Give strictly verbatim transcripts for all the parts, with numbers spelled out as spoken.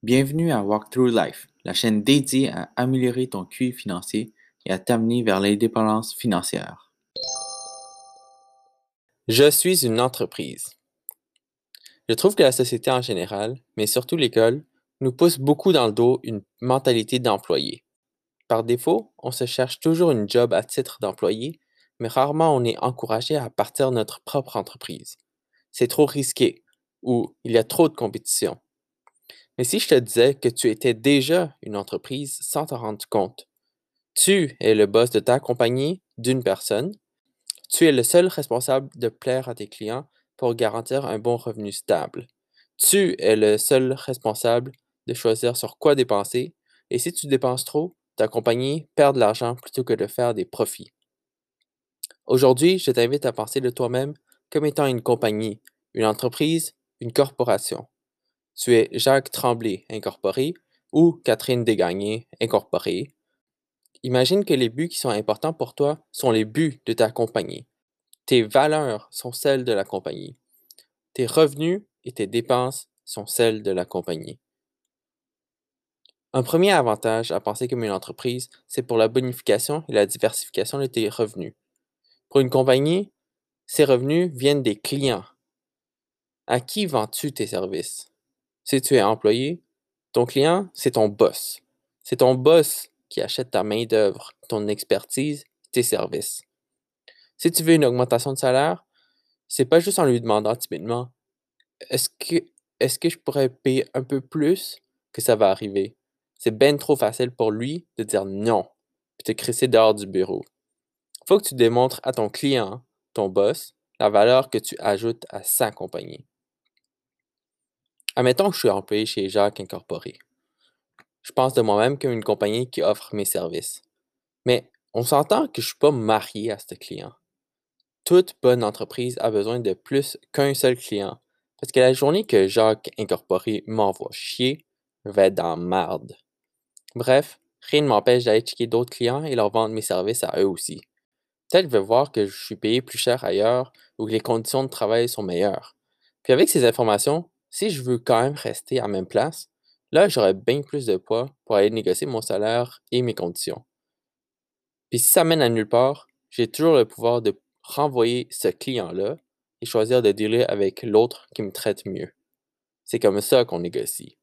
Bienvenue à Walkthrough Life, la chaîne dédiée à améliorer ton Q I financier et à t'amener vers l'indépendance financière. Je suis une entreprise. Je trouve que la société en général, mais surtout l'école, nous pousse beaucoup dans le dos une mentalité d'employé. Par défaut, on se cherche toujours une job à titre d'employé, mais rarement on est encouragé à partir de notre propre entreprise. C'est trop risqué ou il y a trop de compétition. Mais si je te disais que tu étais déjà une entreprise sans t'en rendre compte, tu es le boss de ta compagnie, d'une personne. Tu es le seul responsable de plaire à tes clients pour garantir un bon revenu stable. Tu es le seul responsable de choisir sur quoi dépenser et si tu dépenses trop, ta compagnie perd de l'argent plutôt que de faire des profits. Aujourd'hui, je t'invite à penser de toi-même comme étant une compagnie, une entreprise, une corporation. Tu es Jacques Tremblay, incorporé, ou Catherine Desgagnés, incorporée. Imagine que les buts qui sont importants pour toi sont les buts de ta compagnie. Tes valeurs sont celles de la compagnie. Tes revenus et tes dépenses sont celles de la compagnie. Un premier avantage à penser comme une entreprise, c'est pour la bonification et la diversification de tes revenus. Pour une compagnie, ces revenus viennent des clients. À qui vends-tu tes services? Si tu es employé, ton client, c'est ton boss. C'est ton boss qui achète ta main-d'œuvre, ton expertise, tes services. Si tu veux une augmentation de salaire, c'est pas juste en lui demandant timidement Est-ce que est-ce que je pourrais payer un peu plus que ça va arriver? C'est ben trop facile pour lui de dire non, puis te crisser dehors du bureau. Faut que tu démontres à ton client, ton boss, la valeur que tu ajoutes à sa compagnie. Admettons que je suis employé chez Jacques Incorporé. Je pense de moi-même comme une compagnie qui offre mes services. Mais on s'entend que je suis pas marié à ce client. Toute bonne entreprise a besoin de plus qu'un seul client. Parce que la journée que Jacques Incorporé m'envoie chier, je vais être dans marde. Bref, rien ne m'empêche d'aller checker d'autres clients et leur vendre mes services à eux aussi. Peut-être qu'ils veulent voir que je suis payé plus cher ailleurs ou que les conditions de travail sont meilleures. Puis avec ces informations, si je veux quand même rester à la même place, là j'aurais bien plus de poids pour aller négocier mon salaire et mes conditions. Puis si ça mène à nulle part, j'ai toujours le pouvoir de renvoyer ce client-là et choisir de dealer avec l'autre qui me traite mieux. C'est comme ça qu'on négocie.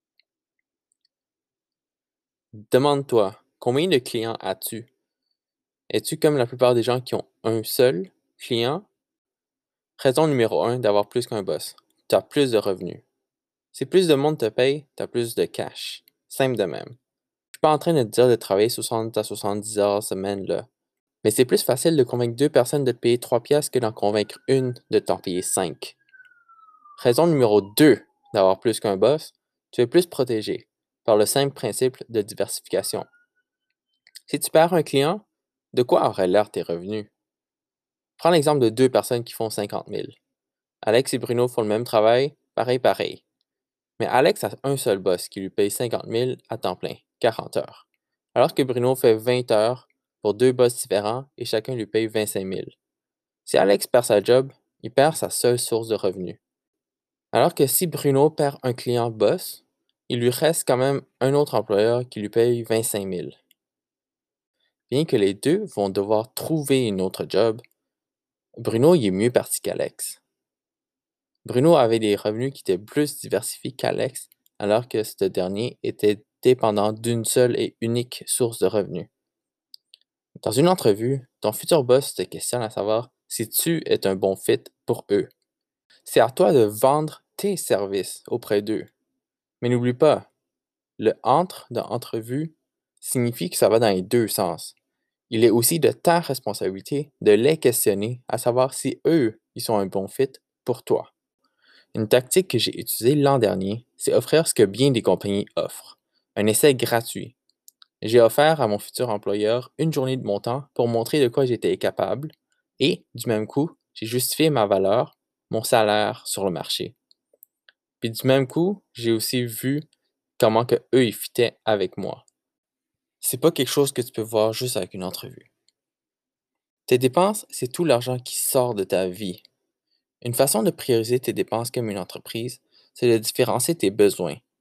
Demande-toi, combien de clients as-tu? Es-tu comme la plupart des gens qui ont un seul client? Raison numéro un d'avoir plus qu'un boss. Tu as plus de revenus. Si plus de monde te paye, tu as plus de cash. Simple de même. Je suis pas en train de te dire de travailler soixante à soixante-dix heures semaine là. Mais c'est plus facile de convaincre deux personnes de te payer trois piastres que d'en convaincre une de t'en payer cinq. Raison numéro deux d'avoir plus qu'un boss, tu es plus protégé par le simple principe de diversification. Si tu perds un client, de quoi auraient l'air tes revenus? Prends l'exemple de deux personnes qui font cinquante mille. Alex et Bruno font le même travail, pareil, pareil. Mais Alex a un seul boss qui lui paye cinquante mille à temps plein, quarante heures. Alors que Bruno fait vingt heures pour deux boss différents et chacun lui paye vingt-cinq mille. Si Alex perd sa job, il perd sa seule source de revenus. Alors que si Bruno perd un client boss, il lui reste quand même un autre employeur qui lui paye vingt-cinq mille. Bien que les deux vont devoir trouver une autre job, Bruno y est mieux parti qu'Alex. Bruno avait des revenus qui étaient plus diversifiés qu'Alex, alors que ce dernier était dépendant d'une seule et unique source de revenus. Dans une entrevue, ton futur boss te questionne à savoir si tu es un bon fit pour eux. C'est à toi de vendre tes services auprès d'eux. Mais n'oublie pas, le entre dans entrevue signifie que ça va dans les deux sens. Il est aussi de ta responsabilité de les questionner à savoir si eux, ils sont un bon fit pour toi. Une tactique que j'ai utilisée l'an dernier, c'est offrir ce que bien des compagnies offrent, un essai gratuit. J'ai offert à mon futur employeur une journée de mon temps pour montrer de quoi j'étais capable et, du même coup, j'ai justifié ma valeur, mon salaire sur le marché. Puis du même coup, j'ai aussi vu comment que eux ils fitaient avec moi. C'est pas quelque chose que tu peux voir juste avec une entrevue. Tes dépenses, c'est tout l'argent qui sort de ta vie. Une façon de prioriser tes dépenses comme une entreprise, c'est de différencier tes besoins,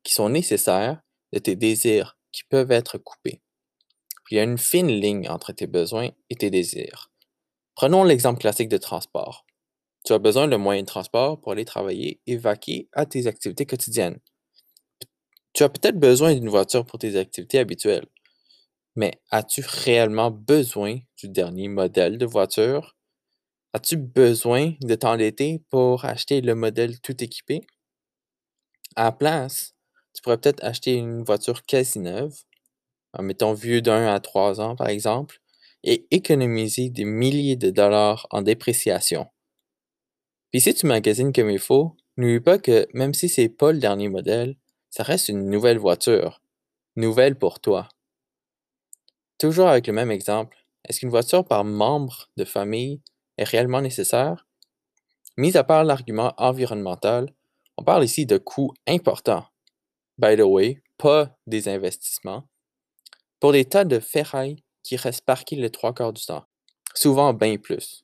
qui sont nécessaires de tes désirs qui peuvent être coupés. Il y a une fine ligne entre tes besoins et tes désirs. Prenons l'exemple classique de transport. Tu as besoin de moyens de transport pour aller travailler et vaquer à tes activités quotidiennes. Tu as peut-être besoin d'une voiture pour tes activités habituelles, mais as-tu réellement besoin du dernier modèle de voiture? As-tu besoin de t'endetter pour acheter le modèle tout équipé? À la place, tu pourrais peut-être acheter une voiture quasi neuve, en mettons vieux d'un à trois ans par exemple, et économiser des milliers de dollars en dépréciation. Puis si tu magasines comme il faut, n'oublie pas que même si c'est pas le dernier modèle, ça reste une nouvelle voiture, nouvelle pour toi. Toujours avec le même exemple, est-ce qu'une voiture par membre de famille est réellement nécessaire? Mis à part l'argument environnemental, on parle ici de coûts importants. By the way, pas des investissements. Pour des tas de ferrailles qui restent parqués les trois quarts du temps, souvent bien plus.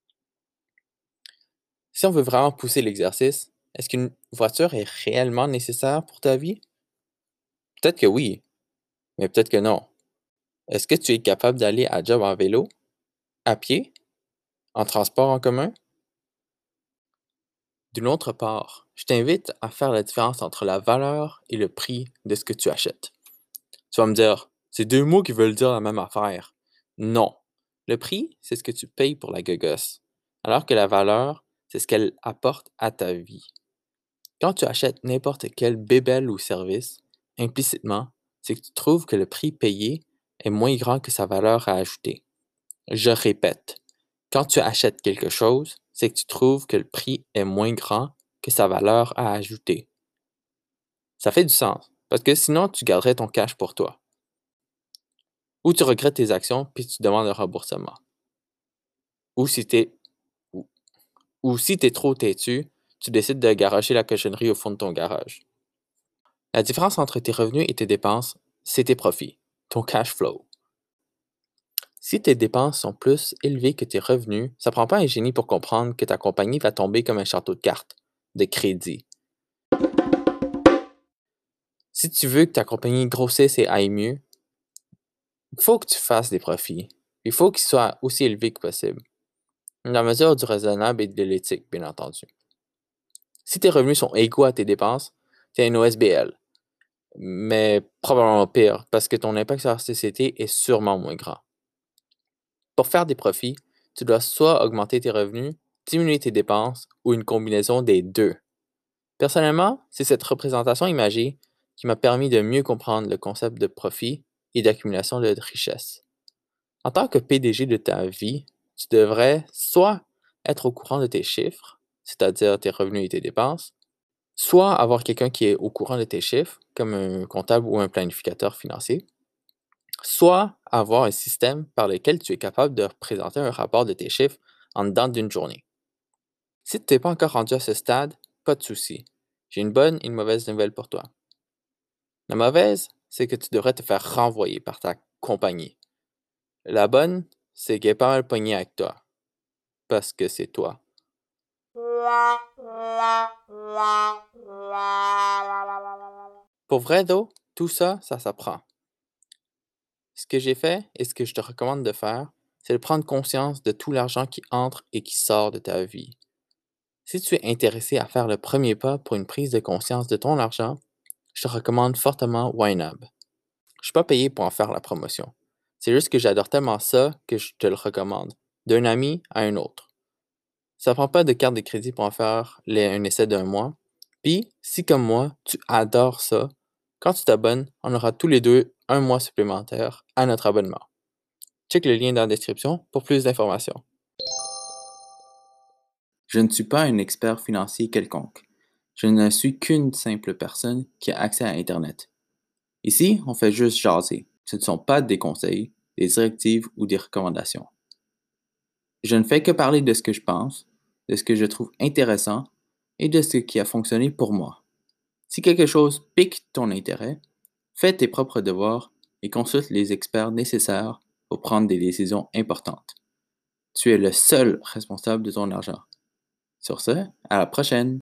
Si on veut vraiment pousser l'exercice, est-ce qu'une voiture est réellement nécessaire pour ta vie? Peut-être que oui, mais peut-être que non. Est-ce que tu es capable d'aller à job en vélo, à pied, en transport en commun? D'une autre part, je t'invite à faire la différence entre la valeur et le prix de ce que tu achètes. Tu vas me dire, c'est deux mots qui veulent dire la même affaire. Non. Le prix, c'est ce que tu payes pour la gogosse, alors que la valeur, c'est ce qu'elle apporte à ta vie. Quand tu achètes n'importe quel bébelle ou service, implicitement, c'est que tu trouves que le prix payé est moins grand que sa valeur à ajouter. Je répète, quand tu achètes quelque chose, c'est que tu trouves que le prix est moins grand que sa valeur à ajouter. Ça fait du sens, parce que sinon tu garderais ton cash pour toi. Ou tu regrettes tes actions puis tu demandes un remboursement. Ou si t'es ou, ou si t'es trop têtu, tu décides de garocher la cochonnerie au fond de ton garage. La différence entre tes revenus et tes dépenses, c'est tes profits, ton cash flow. Si tes dépenses sont plus élevées que tes revenus, ça prend pas un génie pour comprendre que ta compagnie va tomber comme un château de cartes, de crédit. Si tu veux que ta compagnie grossisse et aille mieux, il faut que tu fasses des profits. Il faut qu'ils soient aussi élevés que possible. Dans la mesure du raisonnable et de l'éthique, bien entendu. Si tes revenus sont égaux à tes dépenses, c'est un O S B L. Mais probablement pire, parce que ton impact sur la société est sûrement moins grand. Pour faire des profits, tu dois soit augmenter tes revenus, diminuer tes dépenses ou une combinaison des deux. Personnellement, c'est cette représentation imagée qui m'a permis de mieux comprendre le concept de profit et d'accumulation de richesse. En tant que P D G de ta vie, tu devrais soit être au courant de tes chiffres, c'est-à-dire tes revenus et tes dépenses, soit avoir quelqu'un qui est au courant de tes chiffres, comme un comptable ou un planificateur financier, soit avoir un système par lequel tu es capable de présenter un rapport de tes chiffres en dedans d'une journée. Si tu n'es pas encore rendu à ce stade, pas de souci. J'ai une bonne et une mauvaise nouvelle pour toi. La mauvaise, c'est que tu devrais te faire renvoyer par ta compagnie. La bonne, c'est qu'elle est pas mal pognée avec toi. Parce que c'est toi. Pour vrai, though, tout ça, ça s'apprend. Ce que j'ai fait et ce que je te recommande de faire, c'est de prendre conscience de tout l'argent qui entre et qui sort de ta vie. Si tu es intéressé à faire le premier pas pour une prise de conscience de ton argent, je te recommande fortement YNAB. Je ne suis pas payé pour en faire la promotion. C'est juste que j'adore tellement ça que je te le recommande, d'un ami à un autre. Ça prend pas de carte de crédit pour en faire les- un essai d'un mois. Puis, si comme moi, tu adores ça, quand tu t'abonnes, on aura tous les deux un mois supplémentaire à notre abonnement. Check le lien dans la description pour plus d'informations. Je ne suis pas un expert financier quelconque. Je ne suis qu'une simple personne qui a accès à Internet. Ici, on fait juste jaser. Ce ne sont pas des conseils, des directives ou des recommandations. Je ne fais que parler de ce que je pense, de ce que je trouve intéressant et de ce qui a fonctionné pour moi. Si quelque chose pique ton intérêt, fais tes propres devoirs et consulte les experts nécessaires pour prendre des décisions importantes. Tu es le seul responsable de ton argent. Sur ce, à la prochaine!